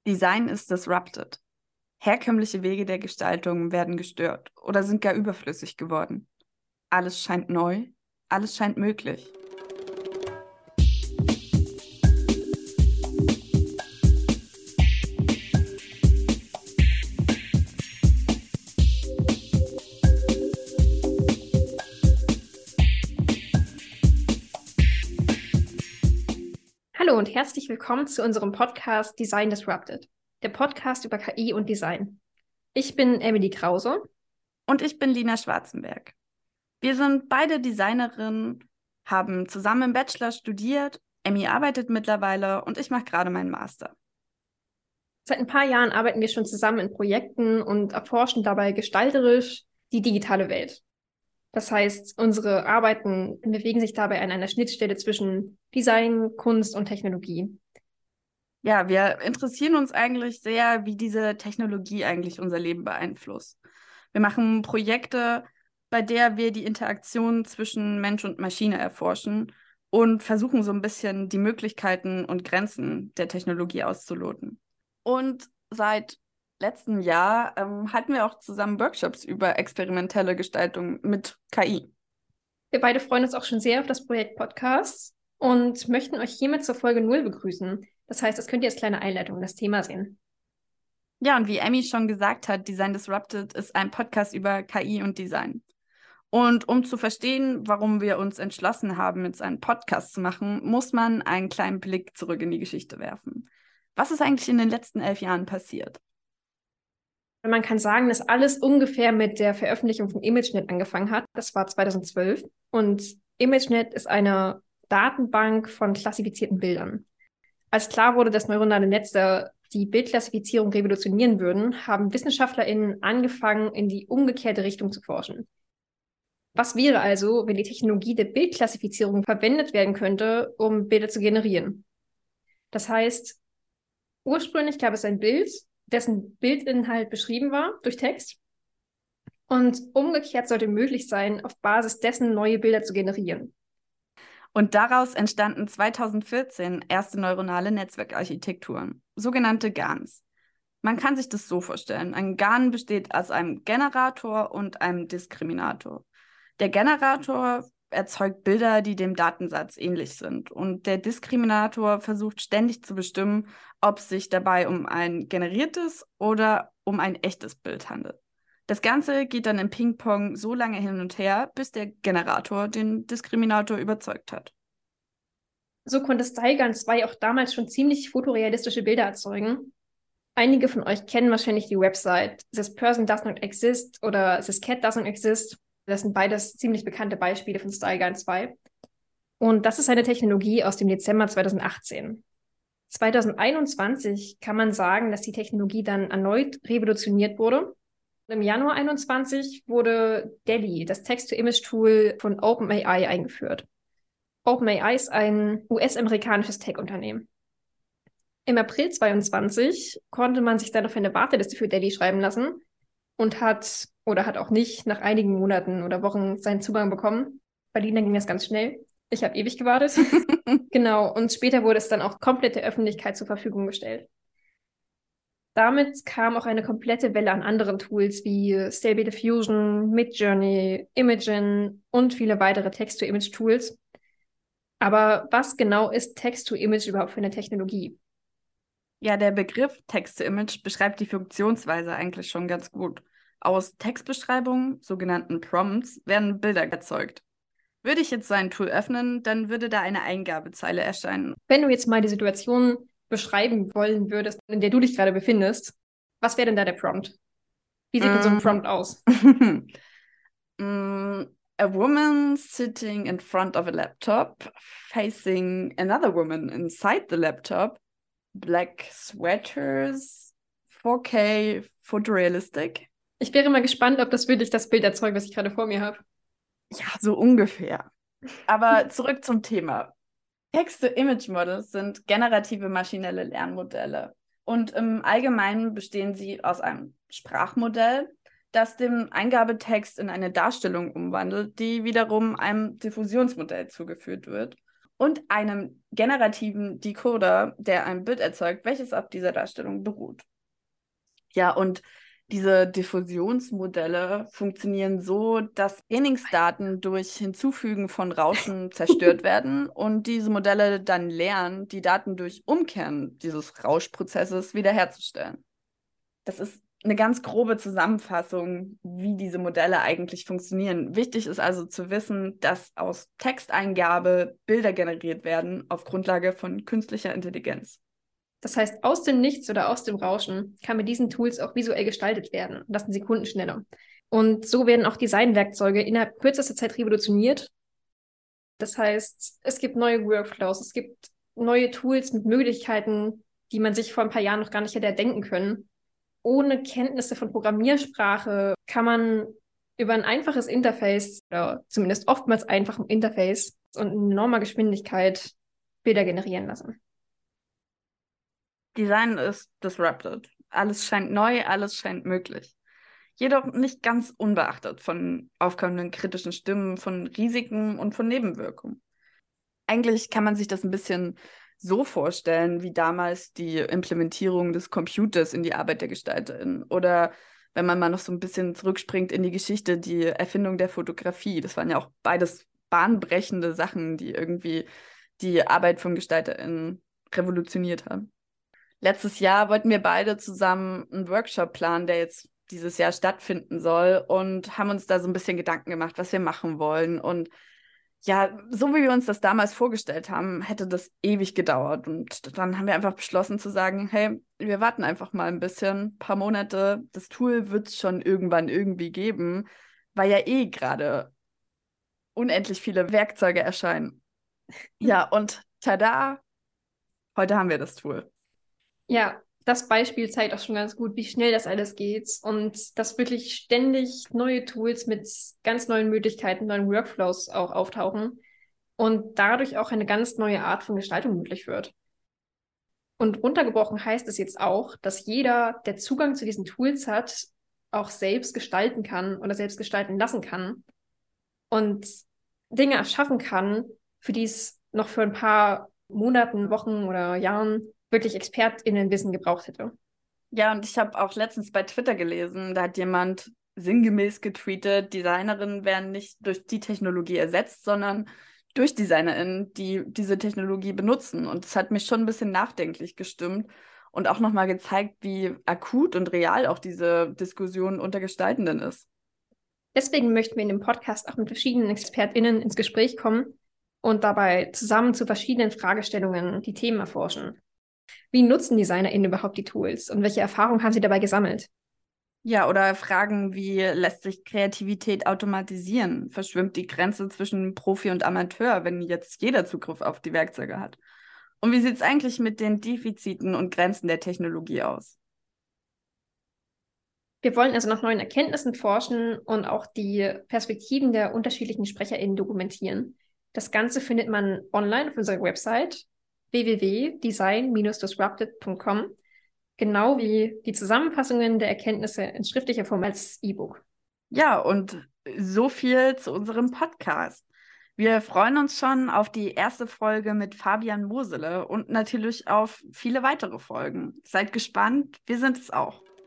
Design ist disrupted. Herkömmliche Wege der Gestaltung werden gestört oder sind gar überflüssig geworden. Alles scheint neu, alles scheint möglich. Hallo und herzlich willkommen zu unserem Podcast Design Disrupted, der Podcast über KI und Design. Ich bin Emily Krause. Und ich bin Lina Schwarzenberg. Wir sind beide Designerinnen, haben zusammen im Bachelor studiert, Emmy arbeitet mittlerweile und ich mache gerade meinen Master. Seit ein paar Jahren arbeiten wir schon zusammen in Projekten und erforschen dabei gestalterisch die digitale Welt. Das heißt, unsere Arbeiten bewegen sich dabei an einer Schnittstelle zwischen Design, Kunst und Technologie. Ja, wir interessieren uns eigentlich sehr, wie diese Technologie eigentlich unser Leben beeinflusst. Wir machen Projekte, bei der wir die Interaktion zwischen Mensch und Maschine erforschen und versuchen so ein bisschen die Möglichkeiten und Grenzen der Technologie auszuloten. Und seit letztem Jahr hatten wir auch zusammen Workshops über experimentelle Gestaltung mit KI. Wir beide freuen uns auch schon sehr auf das Projekt Podcast und möchten euch hiermit zur Folge 0 begrüßen. Das heißt, das könnt ihr als kleine Einleitung in das Thema sehen. Ja, und wie Emmy schon gesagt hat, Design Disrupted ist ein Podcast über KI und Design. Und um zu verstehen, warum wir uns entschlossen haben, jetzt einen Podcast zu machen, muss man einen kleinen Blick zurück in die Geschichte werfen. Was ist eigentlich in den letzten 11 Jahren passiert? Man kann sagen, dass alles ungefähr mit der Veröffentlichung von ImageNet angefangen hat. Das war 2012. Und ImageNet ist eine Datenbank von klassifizierten Bildern. Als klar wurde, dass neuronale Netze die Bildklassifizierung revolutionieren würden, haben WissenschaftlerInnen angefangen, in die umgekehrte Richtung zu forschen. Was wäre also, wenn die Technologie der Bildklassifizierung verwendet werden könnte, um Bilder zu generieren? Das heißt, ursprünglich gab es ein Bild, dessen Bildinhalt beschrieben war durch Text. Und umgekehrt sollte möglich sein, auf Basis dessen neue Bilder zu generieren. Und daraus entstanden 2014 erste neuronale Netzwerkarchitekturen, sogenannte GANs. Man kann sich das so vorstellen. Ein GAN besteht aus einem Generator und einem Diskriminator. Der Generator erzeugt Bilder, die dem Datensatz ähnlich sind. Und der Diskriminator versucht ständig zu bestimmen, ob es sich dabei um ein generiertes oder um ein echtes Bild handelt. Das Ganze geht dann im Ping-Pong so lange hin und her, bis der Generator den Diskriminator überzeugt hat. So konnte StyleGAN 2 auch damals schon ziemlich fotorealistische Bilder erzeugen. Einige von euch kennen wahrscheinlich die Website This Person Does Not Exist oder This Cat Doesn't Exist. Das sind beides ziemlich bekannte Beispiele von StyleGAN 2. Und das ist eine Technologie aus dem Dezember 2018. 2021 kann man sagen, dass die Technologie dann erneut revolutioniert wurde. Im Januar 2021 wurde DALL-E, das Text-to-Image-Tool von OpenAI, eingeführt. OpenAI ist ein US-amerikanisches Tech-Unternehmen. Im April 2022 konnte man sich dann auf eine Warteliste für DALL-E schreiben lassen und hat auch nicht nach einigen Monaten oder Wochen seinen Zugang bekommen. Bei Lina ging das ganz schnell. Ich habe ewig gewartet. Genau, und später wurde es dann auch komplett der Öffentlichkeit zur Verfügung gestellt. Damit kam auch eine komplette Welle an anderen Tools wie Stable Diffusion, Midjourney, Imagen und viele weitere Text-to-Image-Tools. Aber was genau ist Text-to-Image überhaupt für eine Technologie? Ja, der Begriff Text-to-Image beschreibt die Funktionsweise eigentlich schon ganz gut. Aus Textbeschreibungen, sogenannten Prompts, werden Bilder erzeugt. Würde ich jetzt so ein Tool öffnen, dann würde da eine Eingabezeile erscheinen. Wenn du jetzt mal die Situation beschreiben wollen würdest, in der du dich gerade befindest, was wäre denn da der Prompt? Wie sieht denn so ein Prompt aus? A woman sitting in front of a laptop, facing another woman inside the laptop, black sweaters, 4K, photorealistic. Ich wäre mal gespannt, ob das wirklich das Bild erzeugt, was ich gerade vor mir habe. Ja, so ungefähr. Aber zurück zum Thema. Text-to-Image-Models sind generative maschinelle Lernmodelle. Und im Allgemeinen bestehen sie aus einem Sprachmodell, das den Eingabetext in eine Darstellung umwandelt, die wiederum einem Diffusionsmodell zugeführt wird. und einem generativen Decoder, der ein Bild erzeugt, welches auf dieser Darstellung beruht. Ja, und diese Diffusionsmodelle funktionieren so, dass Trainingsdaten durch Hinzufügen von Rauschen zerstört werden und diese Modelle dann lernen, die Daten durch Umkehren dieses Rauschprozesses wiederherzustellen. Das ist eine ganz grobe Zusammenfassung, wie diese Modelle eigentlich funktionieren. Wichtig ist also zu wissen, dass aus Texteingabe Bilder generiert werden auf Grundlage von künstlicher Intelligenz. Das heißt, aus dem Nichts oder aus dem Rauschen kann mit diesen Tools auch visuell gestaltet werden. Und das in Sekunden schneller. Und so werden auch Designwerkzeuge innerhalb kürzester Zeit revolutioniert. Das heißt, es gibt neue Workflows, es gibt neue Tools mit Möglichkeiten, die man sich vor ein paar Jahren noch gar nicht hätte erdenken können. Ohne Kenntnisse von Programmiersprache kann man über ein einfaches Interface, oder zumindest oftmals einfachem Interface und enormer Geschwindigkeit Bilder generieren lassen. Design ist disrupted. Alles scheint neu, alles scheint möglich. Jedoch nicht ganz unbeachtet von aufkommenden kritischen Stimmen, von Risiken und von Nebenwirkungen. Eigentlich kann man sich das ein bisschen so vorstellen, wie damals die Implementierung des Computers in die Arbeit der GestalterInnen. Oder wenn man mal noch so ein bisschen zurückspringt in die Geschichte, die Erfindung der Fotografie. Das waren ja auch beides bahnbrechende Sachen, die irgendwie die Arbeit von GestalterInnen revolutioniert haben. Letztes Jahr wollten wir beide zusammen einen Workshop planen, der jetzt dieses Jahr stattfinden soll und haben uns da so ein bisschen Gedanken gemacht, was wir machen wollen. Und ja, so wie wir uns das damals vorgestellt haben, hätte das ewig gedauert. Und dann haben wir einfach beschlossen zu sagen, hey, wir warten einfach mal ein bisschen, ein paar Monate. Das Tool wird es schon irgendwann irgendwie geben, weil ja eh gerade unendlich viele Werkzeuge erscheinen. Ja, und tada, heute haben wir das Tool. Ja, das Beispiel zeigt auch schon ganz gut, wie schnell das alles geht und dass wirklich ständig neue Tools mit ganz neuen Möglichkeiten, neuen Workflows auch auftauchen und dadurch auch eine ganz neue Art von Gestaltung möglich wird. Und runtergebrochen heißt es jetzt auch, dass jeder, der Zugang zu diesen Tools hat, auch selbst gestalten kann oder selbst gestalten lassen kann und Dinge erschaffen kann, für die es noch für ein paar Monaten, Wochen oder Jahren wirklich ExpertInnenwissen gebraucht hätte. Ja, und ich habe auch letztens bei Twitter gelesen, da hat jemand sinngemäß getweetet, Designerinnen werden nicht durch die Technologie ersetzt, sondern durch DesignerInnen, die diese Technologie benutzen. Und das hat mich schon ein bisschen nachdenklich gestimmt und auch nochmal gezeigt, wie akut und real auch diese Diskussion unter Gestaltenden ist. Deswegen möchten wir in dem Podcast auch mit verschiedenen ExpertInnen ins Gespräch kommen und dabei zusammen zu verschiedenen Fragestellungen die Themen erforschen. Wie nutzen DesignerInnen überhaupt die Tools und welche Erfahrungen haben sie dabei gesammelt? Ja, oder Fragen wie, lässt sich Kreativität automatisieren? Verschwimmt die Grenze zwischen Profi und Amateur, wenn jetzt jeder Zugriff auf die Werkzeuge hat? Und wie sieht es eigentlich mit den Defiziten und Grenzen der Technologie aus? Wir wollen also nach neuen Erkenntnissen forschen und auch die Perspektiven der unterschiedlichen SprecherInnen dokumentieren. Das Ganze findet man online auf unserer Website www.design-disrupted.com, genau wie die Zusammenfassungen der Erkenntnisse in schriftlicher Form als E-Book. Ja, und so viel zu unserem Podcast. Wir freuen uns schon auf die erste Folge mit Fabian Mosele und natürlich auf viele weitere Folgen. Seid gespannt, wir sind es auch.